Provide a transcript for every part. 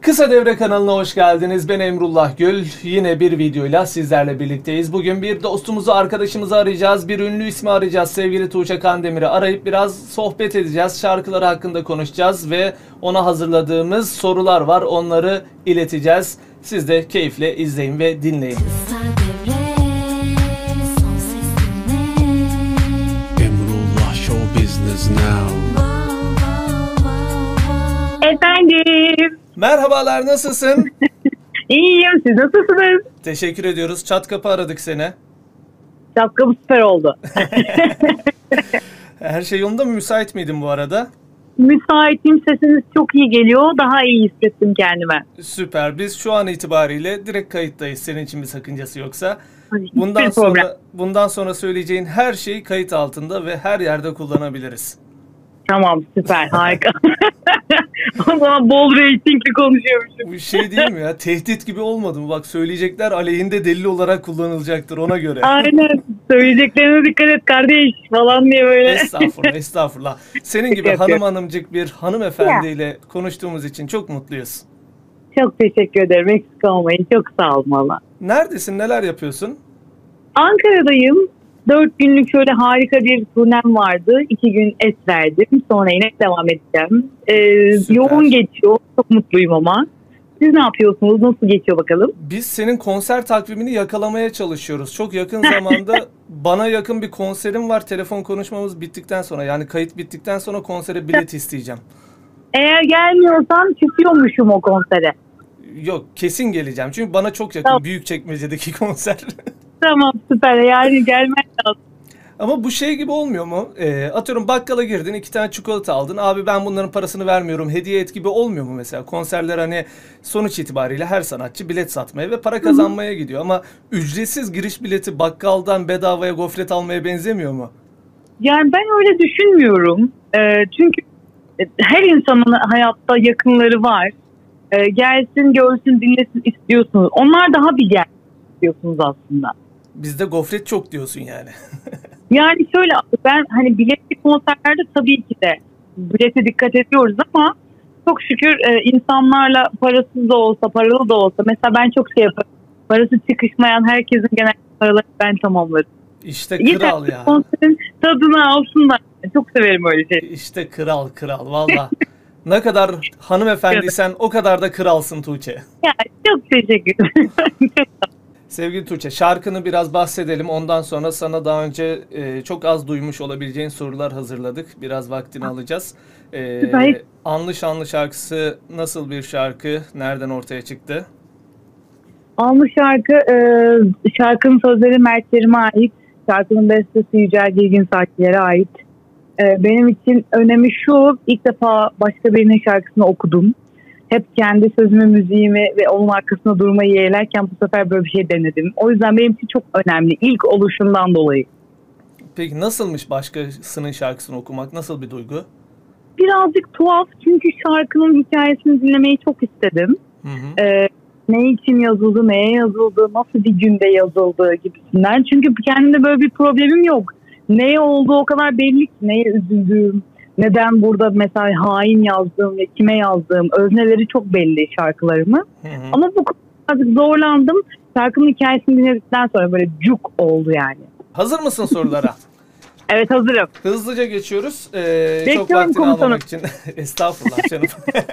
Kısa Devre kanalına hoş geldiniz. Ben Emrullah Gül. Yine bir videoyla sizlerle birlikteyiz. Bugün bir dostumuzu, arkadaşımızı arayacağız. Bir ünlü ismi arayacağız. Sevgili Tuğçe Kandemir'i arayıp biraz sohbet edeceğiz. Şarkıları hakkında konuşacağız ve ona hazırladığımız sorular var. Onları ileteceğiz. Siz de keyifle izleyin ve dinleyin. Emrullah Show Business Now. Efendim. Merhabalar, nasılsın? İyiyim. Siz nasılsınız? Teşekkür ediyoruz. Çat kapı aradık seni. Şapkamız süper oldu. Her şey yolunda mı? Müsait miydin bu arada? Müsaitim. Sesiniz çok iyi geliyor. Daha iyi hissettim kendime. Süper. Biz şu an itibariyle direkt kayıttayız. Senin için bir sakıncası yoksa. Hiçbir problem. Bundan sonra söyleyeceğin her şey kayıt altında ve her yerde kullanabiliriz. Tamam, süper. Harika. O zaman bol reytingli konuşuyormuşum. Bu şey değil mi ya? Tehdit gibi olmadı mı? Bak, söyleyecekler aleyhinde delil olarak kullanılacaktır, ona göre. Aynen. Söyleyeceklerine dikkat et kardeş falan diye böyle. Estağfurullah, estağfurullah. Senin gibi hanım hanımcık bir hanımefendiyle konuştuğumuz için çok mutluyuz. Çok teşekkür ederim. Eksik olmayın. Çok sağ olun valla. Neredesin? Neler yapıyorsun? Ankara'dayım. 4 günlük şöyle harika bir turnem vardı. 2 gün es verdim. Sonra yine devam edeceğim. Yoğun geçiyor. Çok mutluyum ama. Siz ne yapıyorsunuz? Nasıl geçiyor bakalım? Biz senin konser takvimini yakalamaya çalışıyoruz. Çok yakın zamanda bana yakın bir konserim var. Telefon konuşmamız bittikten sonra, yani kayıt bittikten sonra konsere bilet isteyeceğim. Eğer gelmiyorsan çıkıyormuşum o konsere. Yok, kesin geleceğim. Çünkü bana çok yakın. Tamam. Büyükçekmece'deki konser. Tamam, süper. Yani gelmen lazım. Ama bu şey gibi olmuyor mu? Atıyorum, bakkala girdin, 2 tane çikolata aldın. Abi ben bunların parasını vermiyorum, hediye et gibi olmuyor mu mesela? Konserler hani sonuç itibariyle her sanatçı bilet satmaya ve para kazanmaya gidiyor. Ama ücretsiz giriş bileti bakkaldan bedavaya gofret almaya benzemiyor mu? Yani ben öyle düşünmüyorum. Çünkü her insanın hayatta yakınları var. Gelsin, görsün, dinlesin istiyorsunuz. Onlar daha bir gelsin istiyorsunuz aslında. Bizde gofret çok diyorsun yani. Yani şöyle, ben hani biletli konserlerde tabii ki de bilete dikkat ediyoruz ama çok şükür insanlarla parasız da olsa, paralı da olsa, mesela ben çok şey yaparım. Parası çıkışmayan herkesin genel paraları ben tamamlarım. İşte kral ya. Konserin tadını alsınlar. Çok severim öyle şey. İşte kral valla. Ne kadar hanımefendiysen o kadar da kralsın Tuğçe. Yani çok teşekkür ederim. Sevgili Tuğçe, şarkını biraz bahsedelim. Ondan sonra sana daha önce çok az duymuş olabileceğin sorular hazırladık. Biraz vaktini alacağız. Anlı Şanlı şarkısı nasıl bir şarkı? Nereden ortaya çıktı? Anlı şarkı, şarkının sözleri Mert Kerim'e ait. Şarkının bestesi Yücel Girgin Saatçilere ait. Benim için önemi şu: ilk defa başka birinin şarkısını okudum. Hep kendi sözümü, müziğimi ve onun arkasında durmayı yeğlerken bu sefer böyle bir şey denedim. O yüzden benim için çok önemli. İlk oluşundan dolayı. Peki nasılmış başkasının şarkısını okumak? Nasıl bir duygu? Birazcık tuhaf, çünkü şarkının hikayesini dinlemeyi çok istedim. Hı hı. Ne için yazıldı, neye yazıldı, nasıl bir günde yazıldı gibisinden. Çünkü kendimde böyle bir problemim yok. Neye olduğu o kadar belli ki, neye üzüldüğüm, neden burada mesela hain yazdığım ve kime yazdığım, özneleri çok belli şarkılarımı. Hı hı. Ama bu konuda birazcık zorlandım. Şarkının hikayesini dinledikten sonra böyle cuk oldu yani. Hazır mısın sorulara? Evet, hazırım. Hızlıca geçiyoruz. Çok Bekliyorum vaktini komutanım. almamak için. Estağfurullah canım.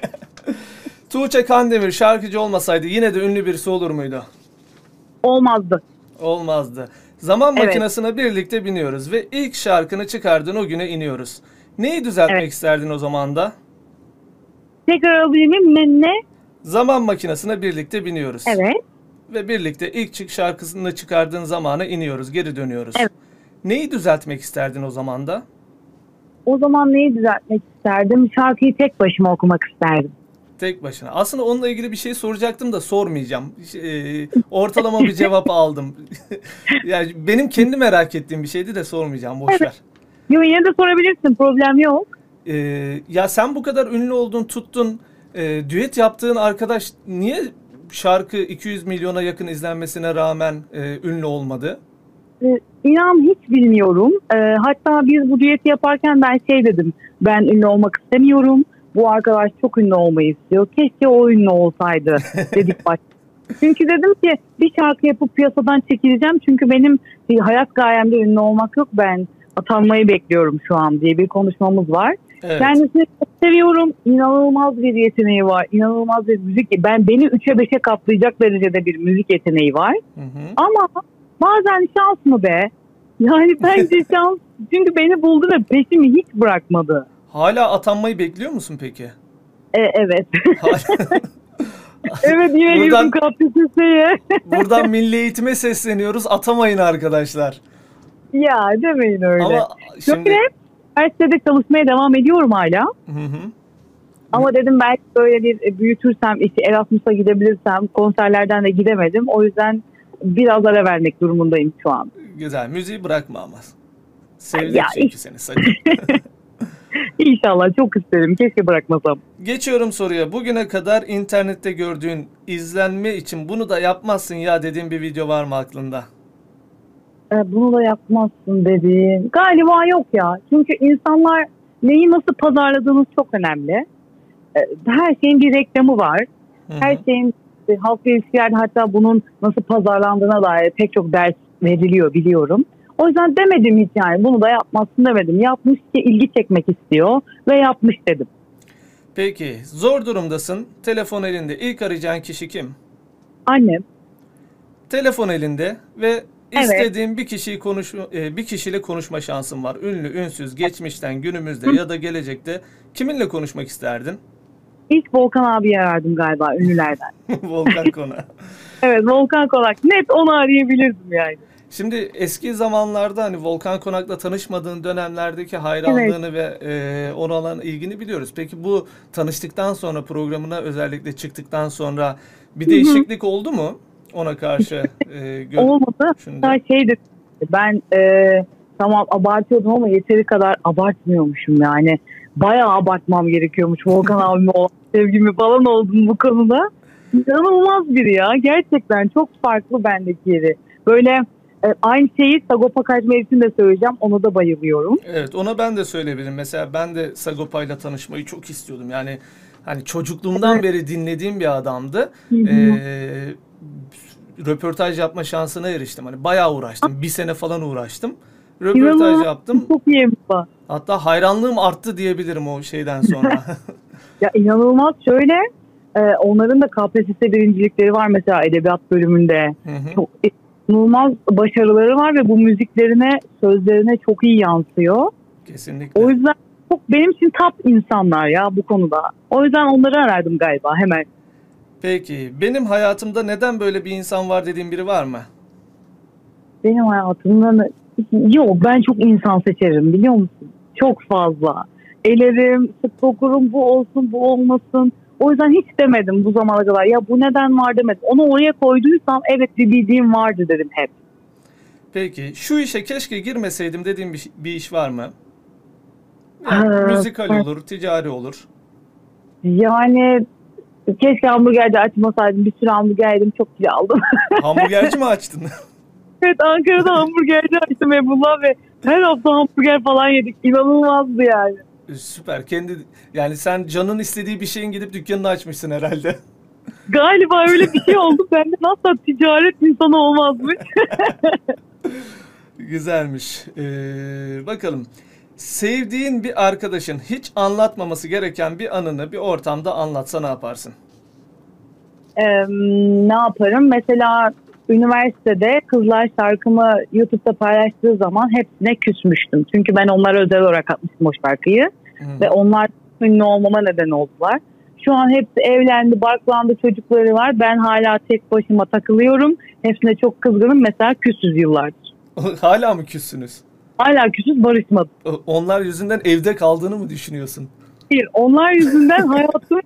Tuğçe Kandemir şarkıcı olmasaydı yine de ünlü birisi olur muydu? Olmazdı. Olmazdı. Zaman Evet. makinesine birlikte biniyoruz ve ilk şarkını çıkardığın o güne iniyoruz. Neyi düzeltmek Evet. isterdin o zaman da? Tekrar alayım mı? Ne? Zaman makinesine birlikte biniyoruz. Evet. Ve birlikte ilk şarkısını çıkardığın zamana iniyoruz, geri dönüyoruz. Evet. Neyi düzeltmek isterdin o zaman da? O zaman neyi düzeltmek isterdim? Şarkıyı tek başıma okumak isterdim. Tek başına. Aslında onunla ilgili bir şey soracaktım da sormayacağım. Ortalama bir cevap aldım. Yani benim kendi merak ettiğim bir şeydi de sormayacağım. Boş ver. Yo, yine de sorabilirsin. Problem yok. Ya sen bu kadar ünlü oldun, tuttun. Düet yaptığın arkadaş niye şarkı 200 milyona yakın izlenmesine rağmen ünlü olmadı? İnan hiç bilmiyorum. Hatta biz bu düeti yaparken ben şey dedim. Ben ünlü olmak istemiyorum. bu arkadaş çok ünlü olmayı istiyor. Keşke o ünlü olsaydı dedik başta. Çünkü dedim ki bir şarkı yapıp piyasadan çekileceğim. Çünkü benim bir hayat gayemde ünlü olmak yok. Ben atanmayı bekliyorum şu an diye bir konuşmamız var. Evet. Kendisini çok seviyorum. İnanılmaz bir yeteneği var. İnanılmaz bir müzik. Beni 3'e 5'e katlayacak derecede bir müzik yeteneği var. Hı hı. Ama bazen şans mı be? Yani bence şans. Çünkü beni buldu ve peşimi hiç bırakmadı. Hala atanmayı bekliyor musun peki? Evet. Hala- Evet, yine Buradan- girdim KPSS'ye. Buradan milli eğitime sesleniyoruz. Atamayın arkadaşlar. Ya demeyin öyle. Ama şimdi... Şöyle, üniversitede çalışmaya devam ediyorum hala. Hı hı. Ama dedim belki böyle bir büyütürsem, işte Erasmus'a gidebilirsem, konserlerden de gidemedim. O yüzden biraz ara vermek durumundayım şu an. Güzel. Müziği bırakma ama. Sevdik Ya, çünkü seni. Sakın. İnşallah, çok isterim. Keşke bırakmasam. Geçiyorum soruya. Bugüne kadar internette gördüğün izlenme için bunu da yapmazsın ya dediğin bir video var mı aklında? Bunu da yapmazsın dediğim. Galiba yok ya. Çünkü insanlar neyi nasıl pazarladığınız çok önemli. Her şeyin bir reklamı var. Hı hı. Her şeyin halkla ilişkilerde hatta bunun nasıl pazarlandığına dair pek çok ders veriliyor, biliyorum. O yüzden demedim hiç, yani bunu da yapmazsın demedim. Yapmış ki ilgi çekmek istiyor ve yapmış dedim. Peki zor durumdasın. Telefon elinde. İlk arayacağın kişi kim? Annem. Telefon elinde ve Evet. istediğin bir kişiyle konuşma şansın var. Ünlü, ünsüz, geçmişten, günümüzde ya da gelecekte kiminle konuşmak isterdin? İlk Volkan abiyi arardım galiba, ünlülerden. Volkan Konak. Evet, Volkan Konak. Net onu arayabilirdim yani. Şimdi eski zamanlarda hani Volkan Konak'la tanışmadığın dönemlerdeki hayranlığını ve ona olan ilgini biliyoruz. Peki bu tanıştıktan sonra, programına özellikle çıktıktan sonra bir değişiklik oldu mu ona karşı? Olmadı. Şunda. Hatta şeydi, ben tamam abartıyordum ama yeteri kadar abartmıyormuşum yani. Bayağı abartmam gerekiyormuş Volkan abime olan sevgimi falan oldum bu konuda. İnanılmaz biri ya. Gerçekten çok farklı bendeki yeri. Böyle aynı şeyi Sagopa Kajmer için de söyleyeceğim. Ona da bayılıyorum. Evet, ona ben de söyleyebilirim. Mesela ben de Sagopa'yla tanışmayı çok istiyordum. Yani hani çocukluğumdan beri dinlediğim bir adamdı. Röportaj yapma şansına eriştim. Hani bayağı uğraştım. Bir sene falan uğraştım. Röportaj İnanılmaz. yaptım. Çok iyi bu. Hatta hayranlığım arttı diyebilirim o şeyden sonra. Ya inanılmaz, şöyle onların da KPSS birincilikleri var mesela edebiyat bölümünde. Hı hı. Çok inanılmaz başarıları var ve bu müziklerine, sözlerine çok iyi yansıyor. Kesinlikle. O yüzden çok benim için top insanlar ya bu konuda. O yüzden onları arardım galiba hemen. Peki benim hayatımda neden böyle bir insan var dediğin biri var mı? Benim hayatımda yok, ben çok insan seçerim biliyor musun? Çok fazla. Elerim, sık dokurum, bu olsun bu olmasın. O yüzden hiç demedim bu zamana kadar. Ya bu neden var demedim. Onu oraya koyduysam evet bir bildiğim vardı dedim hep. Peki şu işe keşke girmeseydim dediğin bir iş var mı? Yani müzikal olur, ticari olur. Yani keşke hamburgerci açmasaydım. Bir sürü hamburger yedim, çok kilo aldım. Hamburgerci mi açtın? Evet, Ankara'da hamburgerci açtım Emrullah ve her hafta hamburger falan yedik. İnanılmazdı yani. Süper. Yani sen canın istediği bir şeyin gidip dükkanını açmışsın herhalde. Galiba öyle bir şey oldu. Bende nasıl ticaret insanı olmazmış. Güzelmiş. Bakalım. Sevdiğin bir arkadaşın hiç anlatmaması gereken bir anını bir ortamda anlatsa ne yaparsın? Ne yaparım? Mesela üniversitede kızlar şarkımı YouTube'da paylaştığı zaman hepsine küsmüştüm. Çünkü ben onlara özel olarak atmıştım o şarkıyı. Ve onlar ünlü olmama neden oldular. Şu an hepsi evlendi, barklandı, çocukları var. Ben hala tek başıma takılıyorum. Hepsine çok kızgınım. Mesela küsüz yıllardır. Hala mı küssünüz? Hala küsüz, barışmadım. Onlar yüzünden evde kaldığını mı düşünüyorsun? Hayır, onlar yüzünden hayatım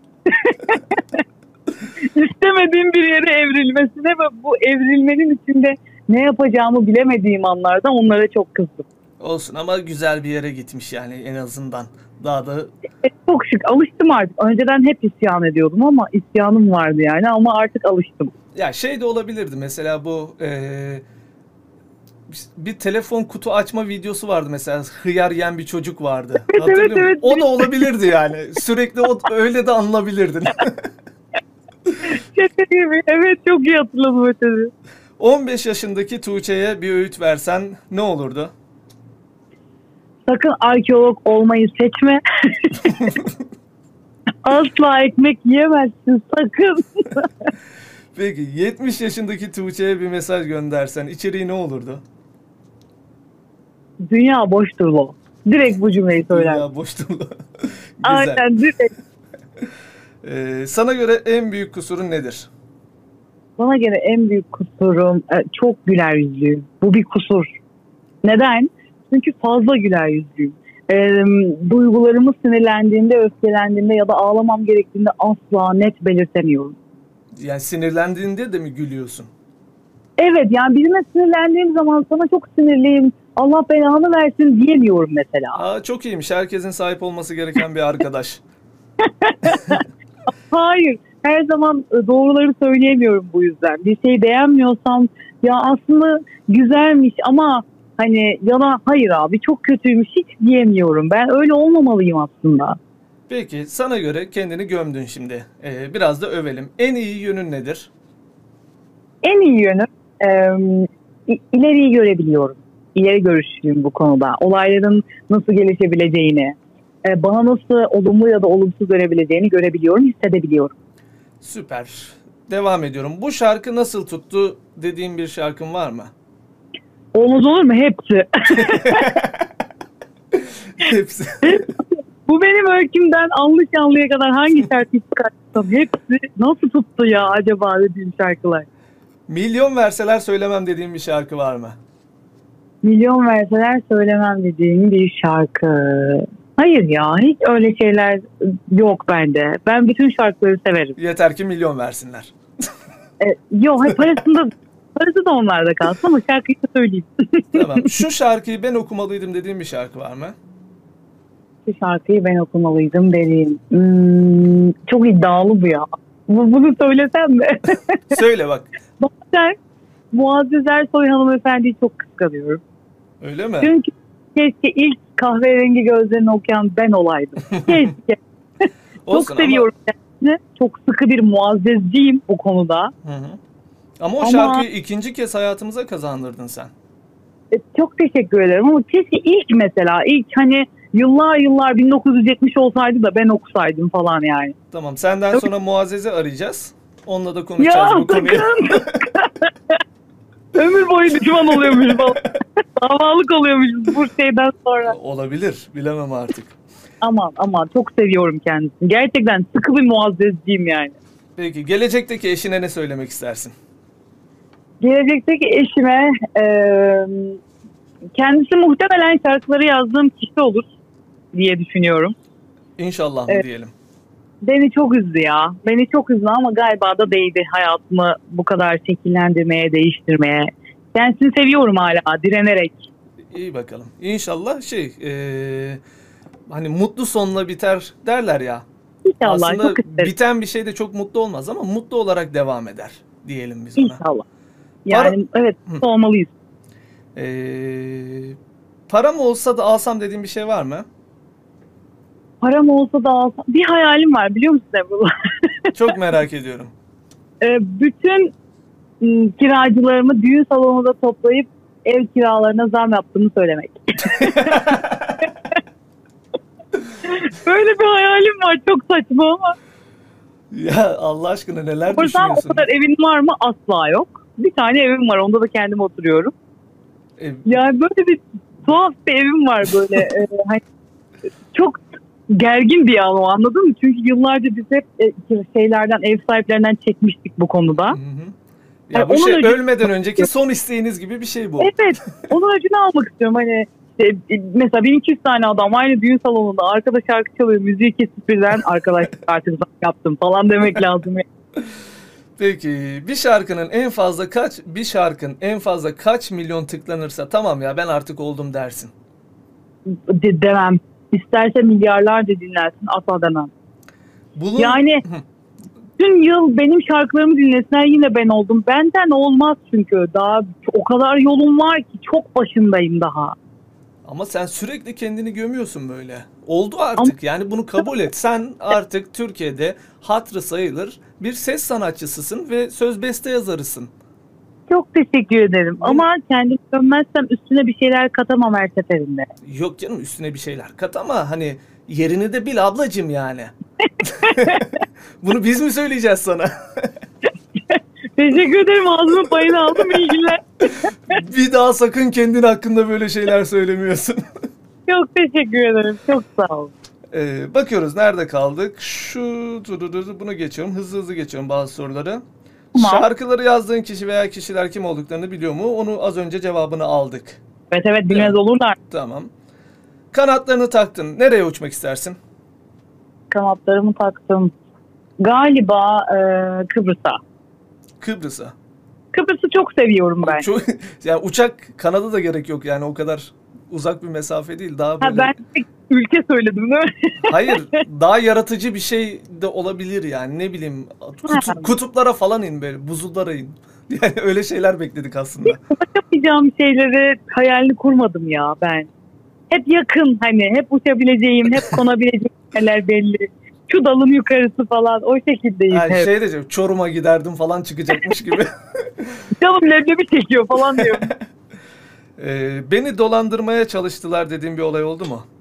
istemediğim bir yere evrilmesine ve bu evrilmenin içinde ne yapacağımı bilemediğim anlarda onlara çok kızdım. Olsun ama güzel bir yere gitmiş yani en azından. Daha da Çok şık, alıştım artık. Önceden hep isyan ediyordum ama isyanım vardı yani, ama artık alıştım. ya şey de olabilirdi mesela bu bir telefon kutu açma videosu vardı mesela. Hıyar yiyen bir çocuk vardı. Evet, Hatırlıyor musun? evet. O da olabilirdi yani. Sürekli öyle de anılabilirdin. Şaka gibi. Evet, çok iyi hatırladım ötesi. 15 yaşındaki Tuğçe'ye bir öğüt versen ne olurdu? Sakın arkeolog olmayı seçme. Asla ekmek yiyemezsin sakın. Peki 70 yaşındaki Tuğçe'ye bir mesaj göndersen içeriği ne olurdu? Dünya boştur lo. Direkt bu cümleyi söyler. Ya boşluğu. Güzel. Aynen, direkt. Sana göre en büyük kusurun nedir? Bana göre en büyük kusurum çok güler yüzlüyüm. Bu bir kusur. Neden? Çünkü fazla güler yüzlüyüm. Duygularımı sinirlendiğimde, öfkelendiğimde ya da ağlamam gerektiğinde asla net belirtemiyorum. Yani sinirlendiğinde de mi gülüyorsun? Evet, yani birine sinirlendiğim zaman sana çok sinirliyim, Allah belanı versin diyemiyorum mesela. Aa, çok iyiymiş. Herkesin sahip olması gereken bir arkadaş. Hayır, her zaman doğruları söyleyemiyorum bu yüzden. Bir şeyi beğenmiyorsam ya aslında güzelmiş ama hani ya da hayır abi çok kötüymüş hiç diyemiyorum. Ben öyle olmamalıyım aslında. Peki sana göre kendini gömdün şimdi. Biraz da övelim. En iyi yönün nedir? En iyi yönü ileriyi görebiliyorum. İleri görüşlüyüm bu konuda. Olayların nasıl gelişebileceğini, bana nasıl olumlu ya da olumsuz dönebileceğini görebiliyorum, hissedebiliyorum. Süper. Devam ediyorum. Bu şarkı nasıl tuttu dediğin bir şarkın var mı? Olmaz olur mu? Hepsi. Hepsi. Bu benim öykümden anlı şanlıya kadar hangi şarkıyı çıkartsam hepsi nasıl tuttu ya acaba dediğim şarkılar. Milyon verseler söylemem dediğin bir şarkı var mı? Milyon verseler söylemem dediğim bir şarkı. Hayır ya, hiç öyle şeyler yok bende. Ben bütün şarkıları severim. Yeter ki milyon versinler. Yok, parası da onlarda kalsın ama şarkıyı da söyleyeyim. Tamam. Şu şarkıyı ben okumalıydım dediğin bir şarkı var mı? Şu şarkıyı ben okumalıydım dediğim. Çok iddialı bu ya. Bunu söylesem mi? Söyle bak. Bazen Muazzez Ersoy hanımefendiyi çok kıskanıyorum. Öyle mi? Çünkü keşke ilk kahverengi gözlerini okuyan ben olaydım. Keşke. Olsun Çok seviyorum kendisini. Çok sıkı bir muazzezciyim bu konuda. Hı. Ama o şarkıyı ikinci kez hayatımıza kazandırdın sen. Çok teşekkür ederim ama keşke ilk hani yıllar 1970 olsaydı da ben okusaydım falan yani. Tamam. Senden sonra Muazzez'i arayacağız. Onunla da konuşacağız bu konuyu. Ömür boyu düşman oluyormuşuz falan. Davalık oluyormuşuz bu şeyden sonra. Olabilir. Bilemem artık. Aman çok seviyorum kendisini. Gerçekten sıkı bir muazzezciyim yani. Peki gelecekteki eşine ne söylemek istersin? Gelecekteki eşime kendisi muhtemelen şarkıları yazdığım kişi olur diye düşünüyorum. İnşallah mı diyelim? Beni çok üzdü ya. Beni çok üzdü ama galiba da değdi hayatımı bu kadar şekillendirmeye, değiştirmeye. Kendisini seviyorum hala direnerek. İyi bakalım. İnşallah hani mutlu sonla biter derler ya. İnşallah. Aslında çok isterim. biten bir şey de çok mutlu olmaz ama mutlu olarak devam eder diyelim biz ona. İnşallah. Yani evet olmalıyız. Param olsa da alsam dediğim bir şey var mı? Param olsa da alsam. Bir hayalim var biliyor musun Ebru? Çok merak ediyorum. Bütün kiracılarımı düğün salonunda toplayıp ev kiralarına zam yaptığımı söylemek. Böyle bir hayalim var. Çok saçma ama. Ya Allah aşkına neler O düşünüyorsun? kadar evin var mı? Asla yok. Bir tane evim var. Onda da kendim oturuyorum. Yani böyle bir tuhaf bir evim var böyle. Hani çok gergin bir an o, anladın mı? Çünkü yıllarca biz hep şeylerden, ev sahiplerinden çekmiştik bu konuda. Hı hı. Ya Yani bu şey öcünü... ölmeden önceki son isteğiniz gibi bir şey bu. Evet. Onun öcünü almak istiyorum. Hani mesela 1200 tane adam aynı düğün salonunda arkada şarkı çalıyor, müziği kesip birden arkadaş artık yaptım falan demek lazım. Peki bir şarkının en fazla kaç milyon tıklanırsa tamam ya ben artık oldum dersin. Demem. İsterse milyarlarca dinlersin, asla demem. Yani bütün yıl benim şarkılarımı dinlesinler, yine ben oldum. Benden olmaz çünkü daha o kadar yolum var ki, çok başındayım daha. Ama sen sürekli kendini gömüyorsun böyle. Oldu artık, yani bunu kabul et. Sen artık Türkiye'de hatırı sayılır bir ses sanatçısısın ve söz beste yazarısın. Çok teşekkür ederim. Ama kendimi gömmezsem üstüne bir şeyler katamam her seferinde. Yok canım, üstüne bir şeyler kat ama hani yerini de bil ablacığım yani. Bunu biz mi söyleyeceğiz sana? Teşekkür ederim, ağzımın payını aldım, iyi günler. Bir daha sakın kendin hakkında böyle şeyler söylemiyorsun. Çok teşekkür ederim, çok sağ ol. Bakıyoruz nerede kaldık? Bunu geçiyorum. Hızlı hızlı geçiyorum bazı soruları. Tamam. Şarkıları yazdığın kişi veya kişiler kim olduklarını biliyor mu? Onu az önce cevabını aldık. Evet bilmez olurlar. Tamam. Kanatlarını taktın. Nereye uçmak istersin? Kanatlarımı taktım. Galiba Kıbrıs'a. Kıbrıs'a. Kıbrıs'ı çok seviyorum ben. Çok, yani uçak kanada da gerek yok yani, o kadar uzak bir mesafe değil. Daha böyle... Ben ülke söyledim değil mi? Hayır, daha yaratıcı bir şey de olabilir yani, ne bileyim, kutuplara falan in, böyle buzullara in. Yani öyle şeyler bekledik aslında. Uçamayacağım şeyleri hayalini kurmadım ya ben. Hep yakın, hani hep uçabileceğim, hep konabileceğim yerler belli. Şu dalın yukarısı falan, o şekildeyiz Yani hep. şey diyeceğim, Çorum'a giderdim falan çıkacakmış gibi. Canım leblebi çekiyor falan diyorum. Beni dolandırmaya çalıştılar dediğim bir olay oldu mu?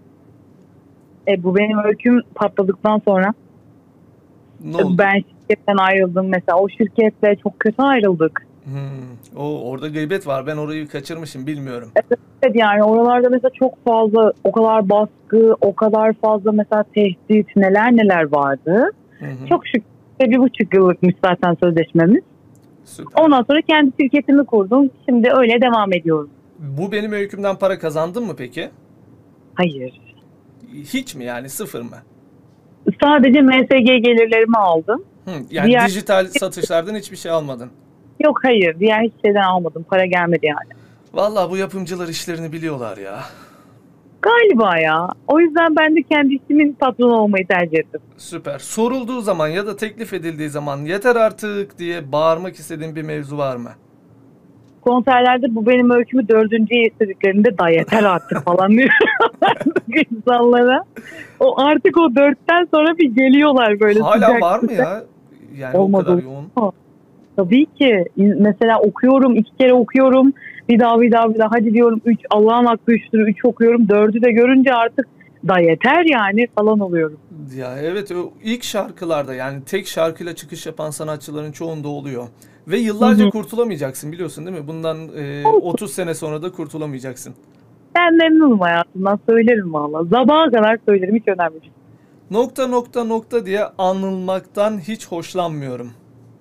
Bu benim öyküm patladıktan sonra. Ne oldu? Ben şirketten ayrıldım mesela. O şirketle çok kötü ayrıldık. Orada gıybet var. Ben orayı kaçırmışım, bilmiyorum. Evet, yani oralarda mesela çok fazla, o kadar baskı, o kadar fazla mesela tehdit, neler neler vardı. Çok şükür 1,5 yıllıkmış zaten sözleşmemiz. Süper. Ondan sonra kendi şirketimi kurdum. Şimdi öyle devam ediyorum. Bu benim öykümden para kazandın mı peki? Hayır. Hiç mi yani, sıfır mı? Sadece MSG gelirlerimi aldım. Yani dijital satışlardan hiçbir şey almadın. Yok, hayır. Diğer hiçbir şeyden almadım. Para gelmedi yani. Vallahi bu yapımcılar işlerini biliyorlar ya. Galiba ya. O yüzden ben de kendi işimin patronu olmayı tercih ettim. Süper. Sorulduğu zaman ya da teklif edildiği zaman yeter artık diye bağırmak istediğin bir mevzu var mı? Konserlerde bu benim öykümü 4.'ye istediklerinde da yeter artık falan diyor insanlara. O artık o 4'ten sonra bir geliyorlar böyle. Hala sıcak var mı sıcak. ya? Yani Olmadı. o kadar yoğun. Tabii ki. Mesela okuyorum, 2 kere okuyorum. Bir daha hadi diyorum 3, Allah'ın hakkı 3'tür, 3 okuyorum. 4'ü de görünce artık da yeter yani falan oluyorum. Ya evet, o ilk şarkılarda yani tek şarkıyla çıkış yapan sanatçıların çoğunda oluyor. Ve yıllarca kurtulamayacaksın, biliyorsun değil mi? Bundan 30 sene sonra da kurtulamayacaksın. Ben memnunum hayatımdan, söylerim valla. Sabaha kadar söylerim, hiç önemli değil. Nokta diye anılmaktan hiç hoşlanmıyorum.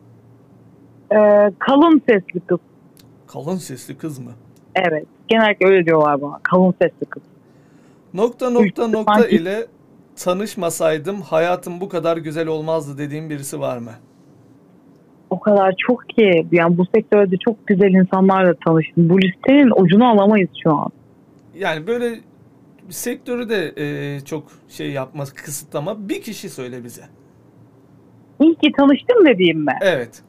Kalın sesli kız. Kalın sesli kız mı? Evet. Genellikle öyle diyorlar bana. Kalın sesli kız. Nokta ile tanışmasaydım hayatım bu kadar güzel olmazdı dediğim birisi var mı? O kadar çok ki. Yani bu sektörde çok güzel insanlarla tanıştım. Bu listenin ucunu alamayız şu an. Yani böyle sektörü de çok şey yapmaz, kısıtlama. Bir kişi söyle bize. İyi ki tanıştım dediğim mi? Evet.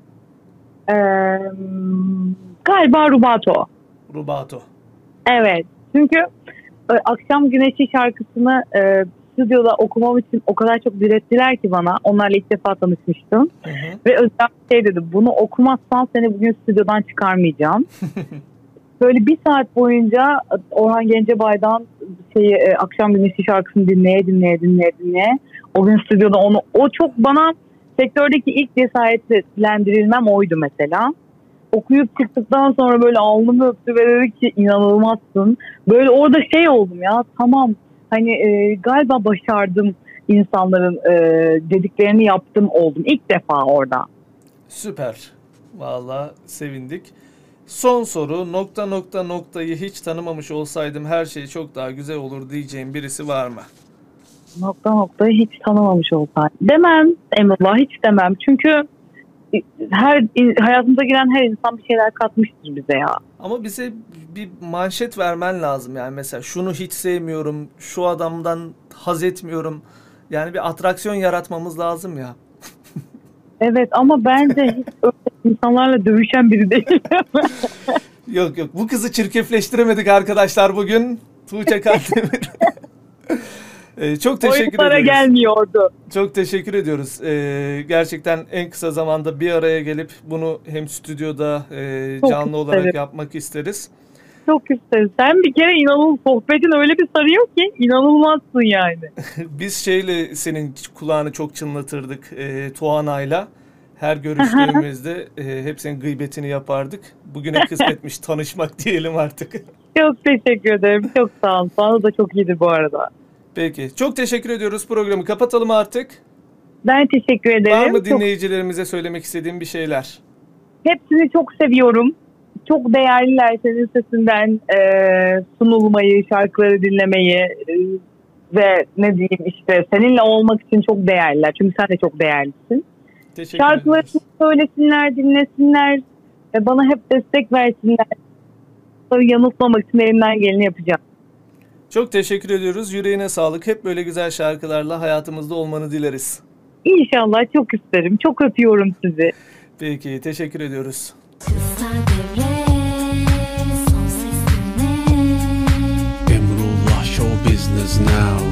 Galiba Rubato. Rubato. Evet. Çünkü Akşam Güneşi şarkısını stüdyoda okumam için o kadar çok direttiler ki bana. Onlarla ilk defa tanışmıştım. Ve özel şey dedi. Bunu okumazsan seni bugün stüdyodan çıkarmayacağım. Böyle 1 saat boyunca Orhan Gencebay'dan Akşam Güneşi şarkısını dinleye. O gün stüdyoda o çok bana sektördeki ilk cesaretlendirilmem oydu mesela. Okuyup çıktıktan sonra böyle alnımı öptü ve dedi ki inanılmazsın. Böyle orada şey oldum ya, tamam hani galiba başardım, insanların dediklerini yaptım oldum ilk defa orada. Süper. Vallahi sevindik. Son soru, noktayı hiç tanımamış olsaydım her şey çok daha güzel olur diyeceğim birisi var mı? Noktayı hiç tanımamış olsaydım. Demem Emrullah, hiç demem. Çünkü hayatımıza giren her insan bir şeyler katmıştır bize ya. Ama bize bir manşet vermen lazım yani, mesela şunu hiç sevmiyorum, şu adamdan haz etmiyorum. Yani bir atraksiyon yaratmamız lazım ya. Evet ama bence hiç öyle insanlarla dövüşen biri değilim. Yok yok, bu kızı çirkefleştiremedik arkadaşlar bugün. Tuğçe Kandemir. Çok teşekkür Oyunlara ediyoruz. gelmiyordu. Çok teşekkür ediyoruz. Gerçekten en kısa zamanda bir araya gelip bunu hem stüdyoda Çok canlı olarak isterim. yapmak isteriz. Çok isteriz. Sen bir kere sohbetin öyle bir sarıyor ki inanılmazsın yani. Biz şeyle senin kulağını çok çınlatırdık, Tuana'yla. Her görüştüğümüzde hep senin gıybetini yapardık. Bugüne kısmetmiş tanışmak diyelim artık. Çok teşekkür ederim. Çok sağ ol. Bana da çok iyiydi bu arada. Peki. Çok teşekkür ediyoruz. Programı kapatalım artık. Ben teşekkür ederim. Var mı Çok, dinleyicilerimize söylemek istediğin bir şeyler? hepsini çok seviyorum. Çok değerliler senin sesinden sunulmayı, şarkıları dinlemeyi ve ne diyeyim işte seninle olmak için çok değerliler. Çünkü sen de çok değerlisin. Teşekkür Şarkılarını ederiz. söylesinler, dinlesinler. Bana hep destek versinler. Onları yanıltmamak için elimden geleni yapacağım. Çok teşekkür ediyoruz. Yüreğine sağlık. Hep böyle güzel şarkılarla hayatımızda olmanı dileriz. İnşallah, çok isterim. Çok öpüyorum sizi. Peki. Teşekkür ediyoruz. Emrullah Show Business Now.